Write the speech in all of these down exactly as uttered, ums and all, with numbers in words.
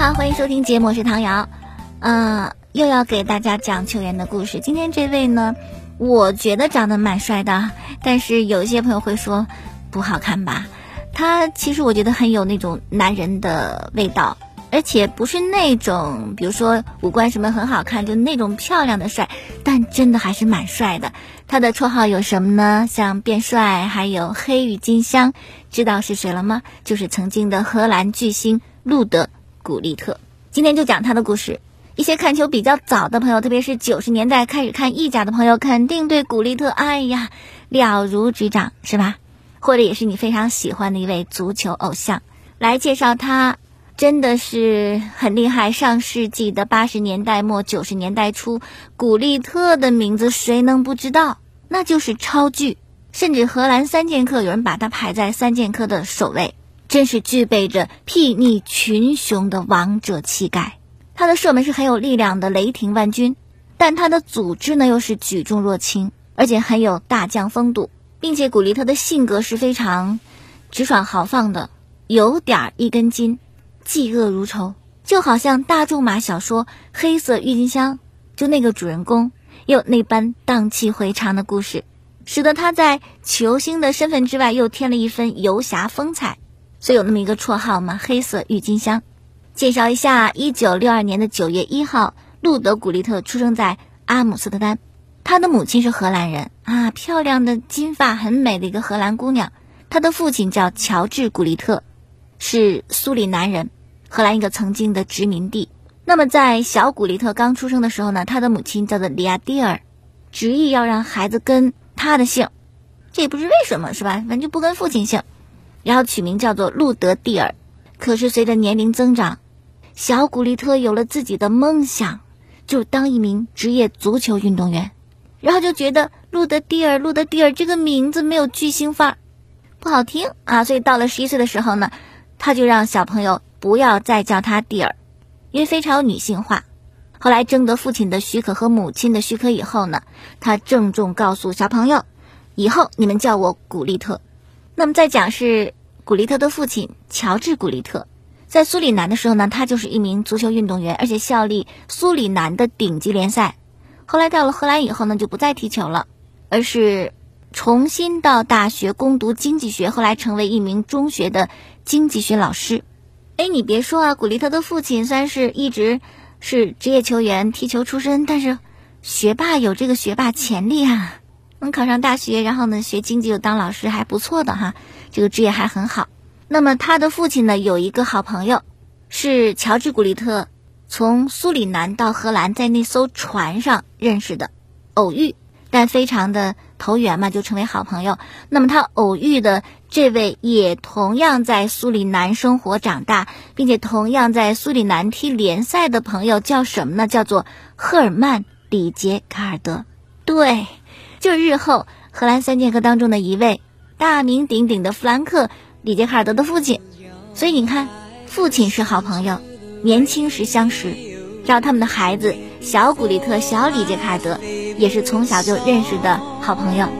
好，欢迎收听节目，我是唐瑶。嗯、呃，又要给大家讲球员的故事。今天这位呢，我觉得长得蛮帅的，但是有一些朋友会说不好看吧。他其实我觉得很有那种男人的味道，而且不是那种比如说五官什么很好看，就那种漂亮的帅，但真的还是蛮帅的。他的绰号有什么呢？像变帅，还有黑郁金香。知道是谁了吗？就是曾经的荷兰巨星路德古利特。今天就讲他的故事。一些看球比较早的朋友，特别是九十年代开始看意甲的朋友，肯定对古利特哎呀了如指掌，是吧？或者也是你非常喜欢的一位足球偶像。来介绍他，真的是很厉害。上世纪的八十年代末九十年代初，古利特的名字谁能不知道？那就是超巨，甚至荷兰三剑客有人把他排在三剑客的首位，真是具备着睥睨群雄的王者气概。他的射门是很有力量的，雷霆万钧，但他的组织呢又是举重若轻，而且很有大将风度，并且古利特的性格是非常直爽豪放的，有点一根筋，嫉恶如仇，就好像大仲马小说《黑色郁金香》就那个主人公有那般荡气回肠的故事，使得他在球星的身份之外又添了一分游侠风采，所以有那么一个绰号嘛，黑色郁金香。介绍一下，一九六二年的九月一号，路德古利特出生在阿姆斯特丹。他的母亲是荷兰人啊，漂亮的金发很美的一个荷兰姑娘。他的父亲叫乔治古利特，是苏里南人，荷兰一个曾经的殖民地。那么在小古利特刚出生的时候呢，他的母亲叫做里亚蒂尔，执意要让孩子跟他的姓，这也不知为什么是吧，反正就不跟父亲姓，然后取名叫做路德蒂尔。可是随着年龄增长，小古利特有了自己的梦想，就当一名职业足球运动员。然后就觉得路德蒂尔路德蒂尔这个名字没有巨星范儿，不好听啊，所以到了十一岁的时候呢，他就让小朋友不要再叫他蒂尔，因为非常有女性化。后来征得父亲的许可和母亲的许可以后呢，他郑重告诉小朋友，以后你们叫我古利特。那么再讲是古利特的父亲乔治古利特，在苏里南的时候呢，他就是一名足球运动员，而且效力苏里南的顶级联赛。后来到了荷兰以后呢，就不再踢球了，而是重新到大学攻读经济学，后来成为一名中学的经济学老师。哎，你别说啊，古利特的父亲虽然是一直是职业球员，踢球出身，但是学霸有这个学霸潜力啊，能考上大学，然后呢学经济又当老师，还不错的哈，这个职业还很好。那么他的父亲呢有一个好朋友，是乔治古利特从苏里南到荷兰在那艘船上认识的，偶遇，但非常的投缘嘛，就成为好朋友。那么他偶遇的这位也同样在苏里南生活长大，并且同样在苏里南踢联赛的朋友叫什么呢？叫做赫尔曼·里杰卡尔德。对，就是日后荷兰三剑客当中的一位大名鼎鼎的弗兰克·里杰卡尔德的父亲。所以你看，父亲是好朋友，年轻时相识，然后他们的孩子小古利特小里杰卡尔德也是从小就认识的好朋友。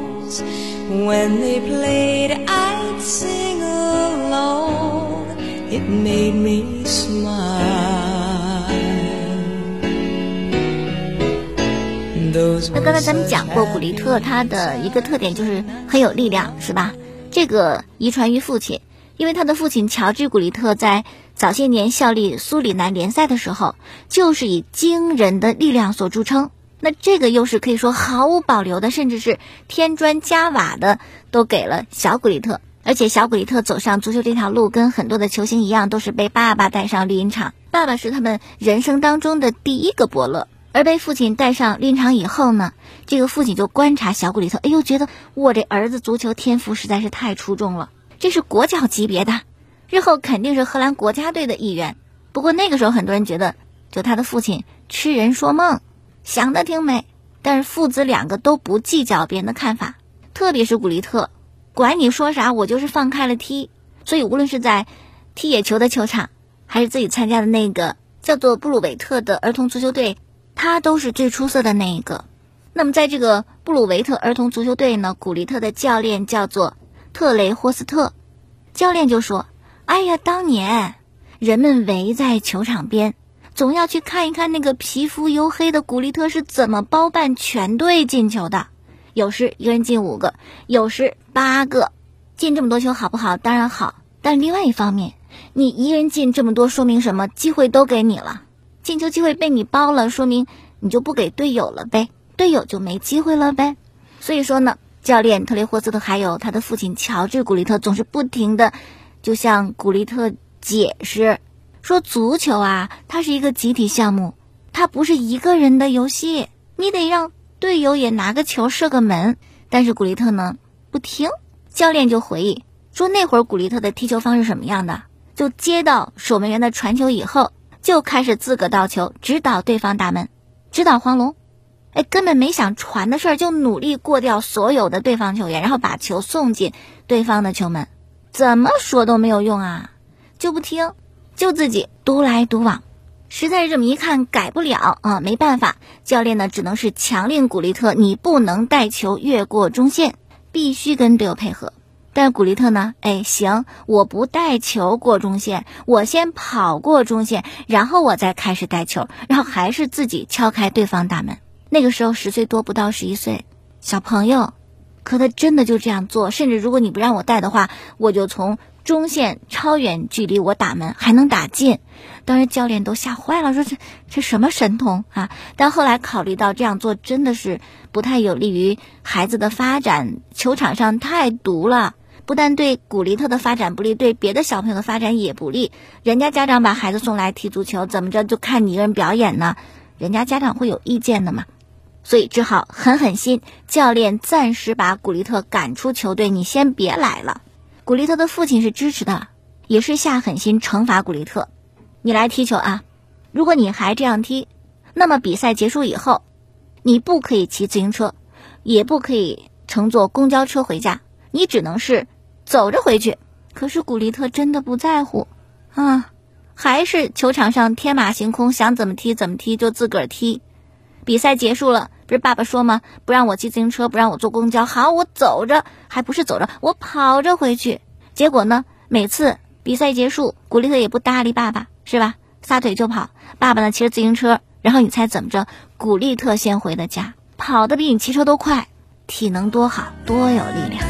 When they played, I'd sing along. It made me smile. 那刚才咱们讲过，古利特他的一个特点就是很有力量，是吧？这个遗传于父亲，因为他的父亲乔治古利特在早些年效力苏里南联赛的时候，就是以惊人的力量所著称。那这个优势可以说毫无保留的，甚至是添砖加瓦的都给了小古利特。而且小古利特走上足球这条路跟很多的球星一样，都是被爸爸带上绿茵场，爸爸是他们人生当中的第一个伯乐。而被父亲带上绿茵场以后呢，这个父亲就观察小古利特，哎呦，觉得我这儿子足球天赋实在是太出众了，这是国脚级别的，日后肯定是荷兰国家队的一员。不过那个时候很多人觉得，就他的父亲痴人说梦，想得挺美，但是父子两个都不计较别人的看法，特别是古利特，管你说啥我就是放开了踢。所以无论是在踢野球的球场，还是自己参加的那个叫做布鲁维特的儿童足球队，他都是最出色的那一个。那么在这个布鲁维特儿童足球队呢，古利特的教练叫做特雷霍斯特。教练就说，哎呀，当年人们围在球场边，总要去看一看那个皮肤黝黑的古利特是怎么包办全队进球的。有时一个人进五个，有时八个，进这么多球好不好？当然好，但另外一方面，你一个人进这么多说明什么？机会都给你了，进球机会被你包了，说明你就不给队友了呗，队友就没机会了呗。所以说呢，教练特雷霍斯特还有他的父亲乔治古利特总是不停的就向古利特解释说，足球啊，它是一个集体项目，它不是一个人的游戏，你得让队友也拿个球射个门。但是古利特呢不听，教练就回忆说，那会儿古利特的踢球方式什么样的，就接到守门员的传球以后，就开始自个倒球，指导对方打门，指导黄龙。哎，根本没想传的事儿，就努力过掉所有的对方球员，然后把球送进对方的球门。怎么说都没有用啊，就不听，就自己独来独往。实在是这么一看改不了啊，没办法，教练呢只能是强令古利特，你不能带球越过中线，必须跟队友配合。但是古利特呢，哎，行，我不带球过中线，我先跑过中线，然后我再开始带球，然后还是自己敲开对方大门。那个时候十岁多，不到十一岁小朋友，可他真的就这样做，甚至如果你不让我带的话，我就从中线超远距离我打门还能打进。当时教练都吓坏了，说这这什么神童啊！但后来考虑到这样做真的是不太有利于孩子的发展，球场上太毒了，不但对古利特的发展不利，对别的小朋友的发展也不利。人家家长把孩子送来踢足球，怎么着就看你一个人表演呢？人家家长会有意见的嘛。所以只好狠狠心，教练暂时把古利特赶出球队，你先别来了。古利特的父亲是支持的，也是下狠心惩罚古利特，你来踢球啊，如果你还这样踢，那么比赛结束以后，你不可以骑自行车，也不可以乘坐公交车回家，你只能是走着回去。可是古利特真的不在乎啊，还是球场上天马行空，想怎么踢怎么踢，就自个儿踢。比赛结束了，不是爸爸说吗？不让我骑自行车，不让我坐公交，好，我走着，还不是走着，我跑着回去。结果呢，每次比赛结束，古利特也不搭理爸爸，是吧？撒腿就跑，爸爸呢骑着自行车，然后你猜怎么着？古利特先回的家，跑得比你骑车都快，体能多好，多有力量。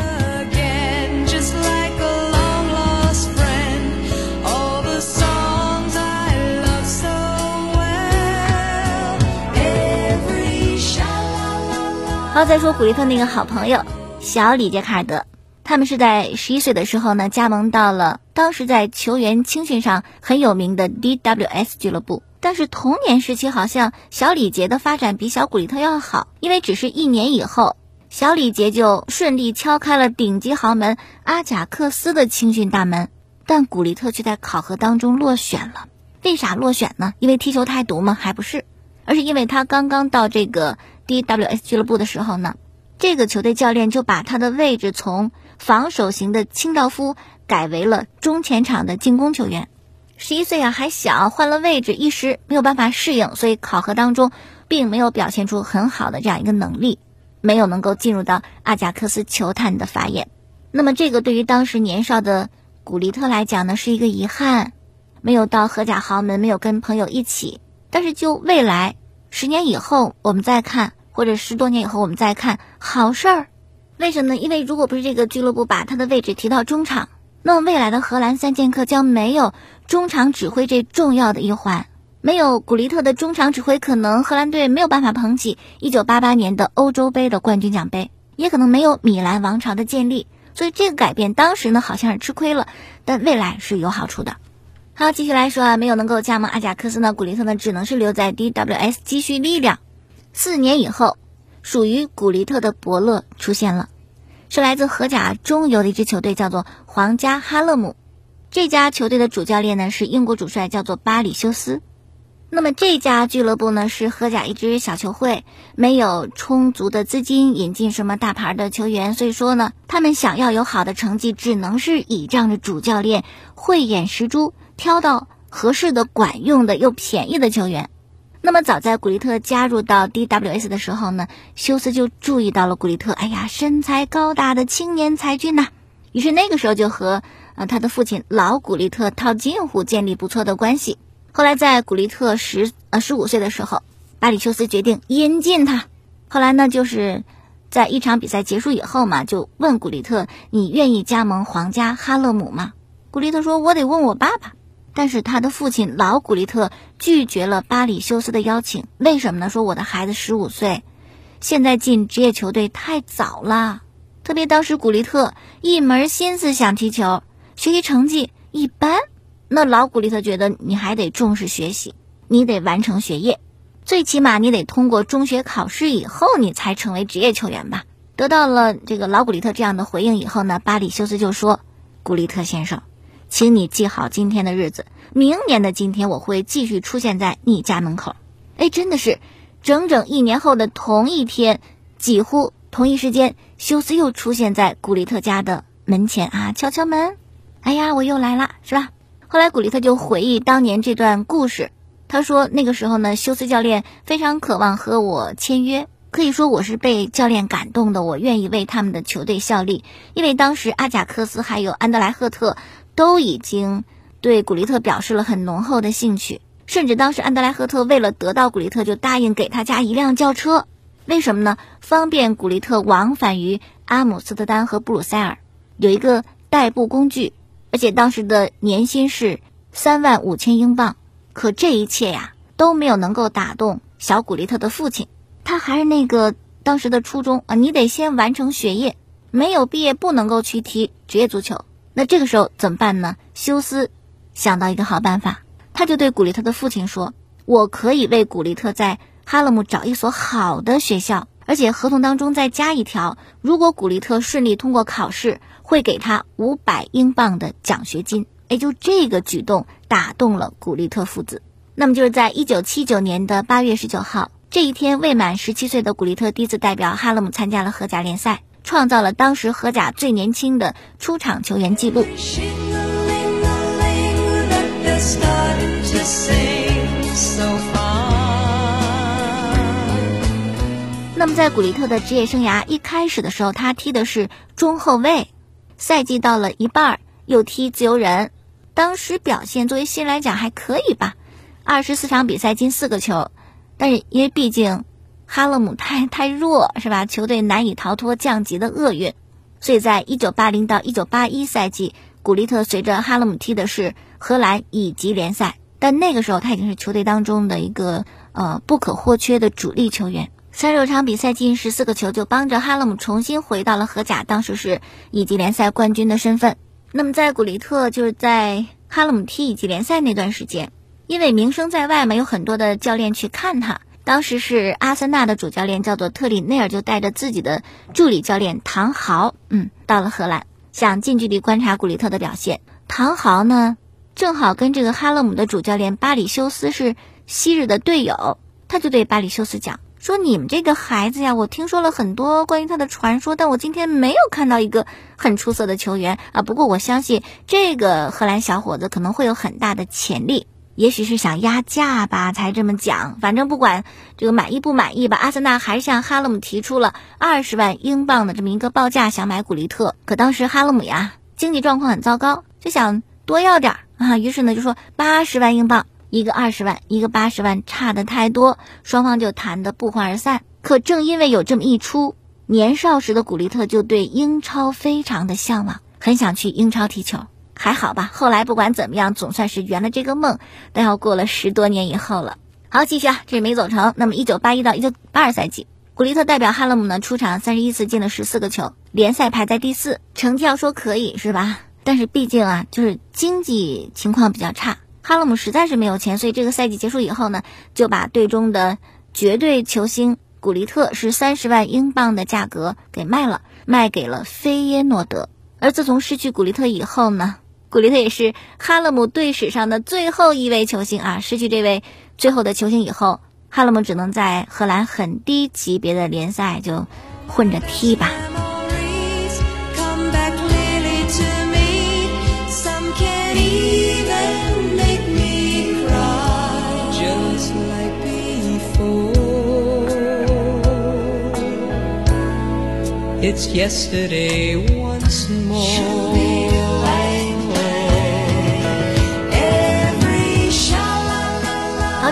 好，再说古利特那个好朋友小里杰卡尔德，他们是在十一岁的时候呢，加盟到了当时在球员青训上很有名的 D W S 俱乐部。但是童年时期好像小里杰的发展比小古利特要好，因为只是一年以后，小里杰就顺利敲开了顶级豪门阿贾克斯的青训大门。但古利特却在考核当中落选了。为啥落选呢？因为踢球太毒吗？还不是，而是因为他刚刚到这个D W S 俱乐部的时候呢，这个球队教练就把他的位置从防守型的清道夫改为了中前场的进攻球员。十一岁啊，还小，换了位置一时没有办法适应，所以考核当中并没有表现出很好的这样一个能力，没有能够进入到阿贾克斯球探的法眼。那么这个对于当时年少的古利特来讲呢，是一个遗憾，没有到荷甲豪门，没有跟朋友一起。但是就未来十年以后我们再看，或者十多年以后我们再看，好事儿。为什么呢？因为如果不是这个俱乐部把他的位置提到中场，那么未来的荷兰三剑客将没有中场指挥这重要的一环。没有古利特的中场指挥，可能荷兰队没有办法捧起一九八八年的欧洲杯的冠军奖杯，也可能没有米兰王朝的建立。所以这个改变当时呢好像是吃亏了，但未来是有好处的。好，继续来说啊，没有能够加盟阿贾克斯呢，古利特呢只能是留在 D W S 积蓄力量。四年以后，属于古利特的伯乐出现了，是来自荷甲中游的一支球队，叫做皇家哈勒姆。这家球队的主教练呢是英国主帅，叫做巴里修斯。那么这家俱乐部呢是荷甲一支小球会，没有充足的资金引进什么大牌的球员，所以说呢他们想要有好的成绩，只能是倚仗着主教练慧眼识珠，挑到合适的管用的又便宜的球员。那么早在古利特加入到 D W S 的时候呢，休斯就注意到了古利特，哎呀，身材高大的青年才俊呐、啊，于是那个时候就和啊，他的父亲老古利特套近乎建立不错的关系。后来在古利特十呃十五岁的时候，巴里修斯决定引进他。后来呢，就是在一场比赛结束以后嘛，就问古利特，你愿意加盟皇家哈勒姆吗？古利特说，我得问我爸爸。但是他的父亲老古利特拒绝了巴里修斯的邀请，为什么呢？说我的孩子十五岁，现在进职业球队太早了，特别当时古利特一门心思想踢球，学习成绩一般，那老古利特觉得你还得重视学习，你得完成学业，最起码你得通过中学考试以后你才成为职业球员吧。得到了这个老古利特这样的回应以后呢，巴里修斯就说，古利特先生，请你记好今天的日子，明年的今天我会继续出现在你家门口。哎，真的是整整一年后的同一天，几乎同一时间，修斯又出现在古利特家的门前啊，敲敲门，哎呀，我又来了，是吧？后来古利特就回忆当年这段故事，他说那个时候呢，修斯教练非常渴望和我签约，可以说我是被教练感动的，我愿意为他们的球队效力，因为当时阿贾克斯还有安德莱赫特都已经对古利特表示了很浓厚的兴趣，甚至当时安德莱赫特为了得到古利特就答应给他家一辆轿车，为什么呢？方便古利特往返于阿姆斯特丹和布鲁塞尔，有一个代步工具，而且当时的年薪是三万五千英镑。可这一切呀都没有能够打动小古利特的父亲，他还是那个当时的初衷啊，你得先完成学业，没有毕业不能够去踢职业足球。那这个时候怎么办呢？修斯想到一个好办法，他就对古利特的父亲说，我可以为古利特在哈勒姆找一所好的学校，而且合同当中再加一条，如果古利特顺利通过考试，会给他五百英镑的奖学金。哎，就这个举动打动了古利特父子。那么就是在一九七九年的八月十九号，这一天未满十七岁的古利特第一次代表哈勒姆参加了荷甲联赛，创造了当时荷甲最年轻的出场球员记录。那么在古利特的职业生涯一开始的时候，他踢的是中后卫，赛季到了一半又踢自由人，当时表现作为新来讲还可以吧，二十四场比赛进四个球，但是因为毕竟哈勒姆太太弱是吧，球队难以逃脱降级的厄运，所以在一九八零到一九八一赛季，古利特随着哈勒姆踢的是荷兰乙级联赛，但那个时候他已经是球队当中的一个呃不可或缺的主力球员，三十六场比赛进十四个球，就帮着哈勒姆重新回到了荷甲，当时是乙级联赛冠军的身份。那么在古利特就是在哈勒姆踢乙级联赛那段时间，因为名声在外嘛，有很多的教练去看他，当时是阿森纳的主教练叫做特里内尔，就带着自己的助理教练唐豪嗯，到了荷兰，想近距离观察古利特的表现。唐豪呢正好跟这个哈勒姆的主教练巴里修斯是昔日的队友，他就对巴里修斯讲说，你们这个孩子呀，我听说了很多关于他的传说，但我今天没有看到一个很出色的球员啊。不过我相信这个荷兰小伙子可能会有很大的潜力，也许是想压价吧才这么讲，反正不管这个满意不满意吧，阿森纳还是向哈勒姆提出了二十万英镑的这么一个报价，想买古利特。可当时哈勒姆呀经济状况很糟糕，就想多要点啊，于是呢就说八十万英镑，一个二十万，一个八十万，差的太多，双方就谈得不欢而散。可正因为有这么一出，年少时的古利特就对英超非常的向往，很想去英超踢球。还好吧，后来不管怎么样，总算是圆了这个梦，但要过了十多年以后了。好，继续啊，这没走成。那么一九八一到一九八二赛季，古利特代表哈勒姆呢出场三十一次，进了十四个球，联赛排在第四，成绩要说可以是吧？但是毕竟啊，就是经济情况比较差，哈勒姆实在是没有钱，所以这个赛季结束以后呢，就把队中的绝对球星古利特是三十万英镑的价格给卖了，卖给了菲耶诺德。而自从失去古利特以后呢，古利特也是哈勒姆队史上的最后一位球星啊！失去这位最后的球星以后，哈勒姆只能在荷兰很低级别的联赛就混着踢吧。 It's yesterday once more.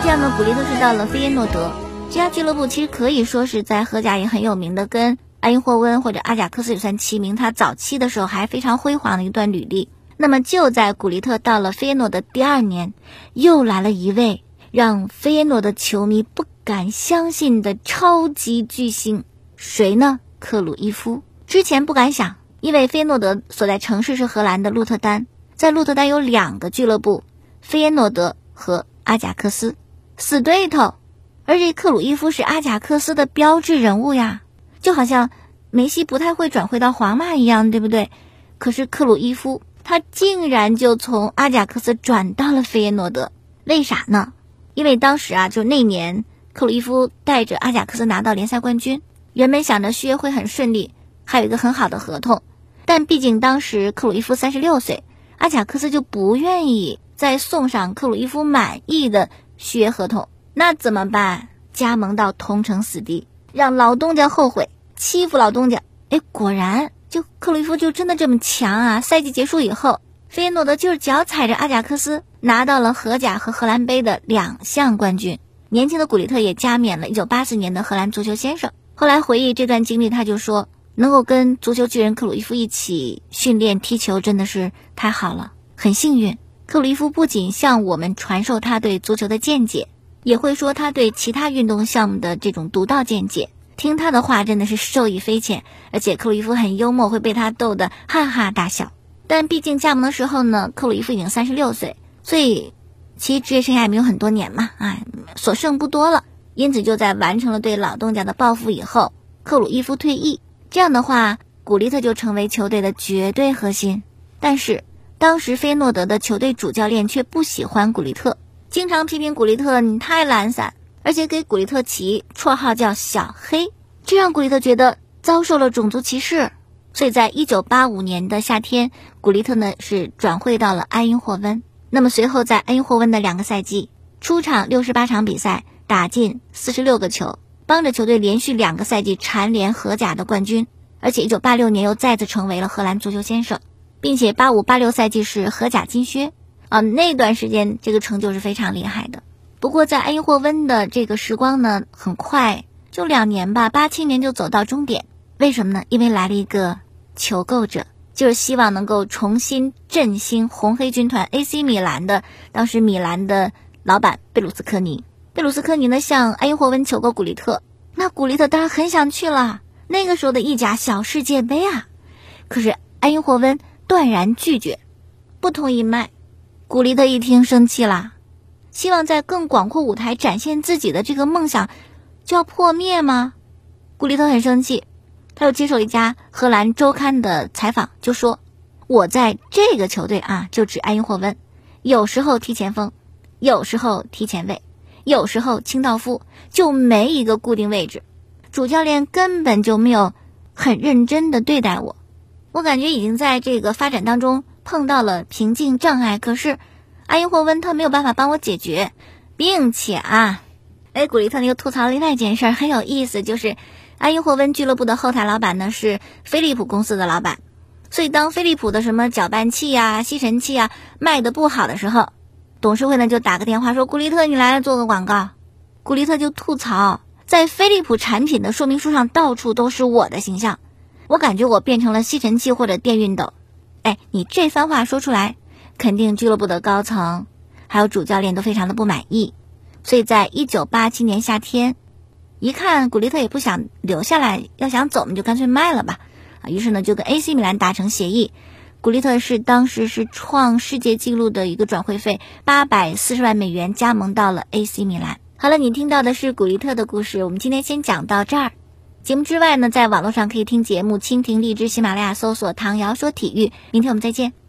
这样呢，古利特是到了菲耶诺德这家俱乐部，其实可以说是在荷甲也很有名的，跟埃因霍温或者阿贾克斯也算齐名，他早期的时候还非常辉煌的一段履历。那么就在古利特到了菲耶诺德第二年，又来了一位让菲耶诺的球迷不敢相信的超级巨星，谁呢？克鲁伊夫。之前不敢想，因为菲耶诺德所在城市是荷兰的鹿特丹，在鹿特丹有两个俱乐部，菲耶诺德和阿贾克斯，死对头。而这克鲁伊夫是阿贾克斯的标志人物呀，就好像梅西不太会转会到皇马一样，对不对？可是克鲁伊夫他竟然就从阿贾克斯转到了菲耶诺德，为啥呢？因为当时啊，就那年克鲁伊夫带着阿贾克斯拿到联赛冠军，原本想着续约会很顺利，还有一个很好的合同，但毕竟当时克鲁伊夫三十六岁，阿贾克斯就不愿意再送上克鲁伊夫满意的续约合同，那怎么办？加盟到同城死敌，让老东家后悔，欺负老东家。哎，果然就克鲁伊夫就真的这么强啊！赛季结束以后，菲耶诺德就是脚踩着阿贾克斯拿到了荷甲和荷兰杯的两项冠军。年轻的古利特也加冕了一九八四年的荷兰足球先生。后来回忆这段经历，他就说能够跟足球巨人克鲁伊夫一起训练踢球真的是太好了，很幸运。克鲁伊夫不仅向我们传授他对足球的见解，也会说他对其他运动项目的这种独到见解，听他的话真的是受益匪浅，而且克鲁伊夫很幽默，会被他逗得哈哈大笑。但毕竟加盟的时候呢，克鲁伊夫已经三十六岁，所以其实职业生涯也没有很多年嘛，哎，所剩不多了。因此就在完成了对老东家的报复以后，克鲁伊夫退役，这样的话古利特就成为球队的绝对核心。但是当时菲诺德的球队主教练却不喜欢古利特，经常批评古利特你太懒散，而且给古利特起绰号叫小黑，这让古利特觉得遭受了种族歧视。所以在一九八五年的夏天，古利特呢是转会到了埃因霍温。那么随后在埃因霍温的两个赛季，出场六十八场比赛，打进四十六个球，帮着球队连续两个赛季蝉联荷甲的冠军。而且一九八六年又再次成为了荷兰足球先生，并且八五八六赛季是荷甲金靴啊，那段时间这个成就是非常厉害的。不过在埃因霍温的这个时光呢，很快就两年吧，八七年就走到终点。为什么呢？因为来了一个求购者，就是希望能够重新振兴红黑军团 A C 米兰的当时米兰的老板贝鲁斯科尼。贝鲁斯科尼呢向埃因霍温求购古利特，那古利特当然很想去了，那个时候的意甲小世界杯啊。可是埃因霍温断然拒绝，不同意卖。古利特一听生气了，希望在更广阔舞台展现自己的这个梦想就要破灭吗？古利特很生气，他又接受一家荷兰周刊的采访，就说我在这个球队啊，就指埃因霍温，有时候踢前锋，有时候踢前卫，有时候清道夫，就没一个固定位置，主教练根本就没有很认真的对待我，我感觉已经在这个发展当中碰到了瓶颈障碍，可是埃因霍温他没有办法帮我解决。并且啊，哎，古利特又吐槽了另外一件事很有意思，就是埃因霍温俱乐部的后台老板呢是飞利浦公司的老板，所以当飞利浦的什么搅拌器啊、吸尘器啊卖的不好的时候，董事会呢就打个电话说古利特你来做个广告。古利特就吐槽，在飞利浦产品的说明书上到处都是我的形象，我感觉我变成了吸尘器或者电熨斗。哎，你这番话说出来，肯定俱乐部的高层还有主教练都非常的不满意。所以在一九八七年夏天，一看古利特也不想留下来，要想走我们就干脆卖了吧啊，于是呢就跟 A C 米兰达成协议。古利特是当时是创世界纪录的一个转会费八百四十万美元加盟到了 A C 米兰。好了，你听到的是古利特的故事，我们今天先讲到这儿。节目之外呢，在网络上可以听节目，蜻蜓、荔枝、喜马拉雅搜索唐瑶说体育。明天我们再见。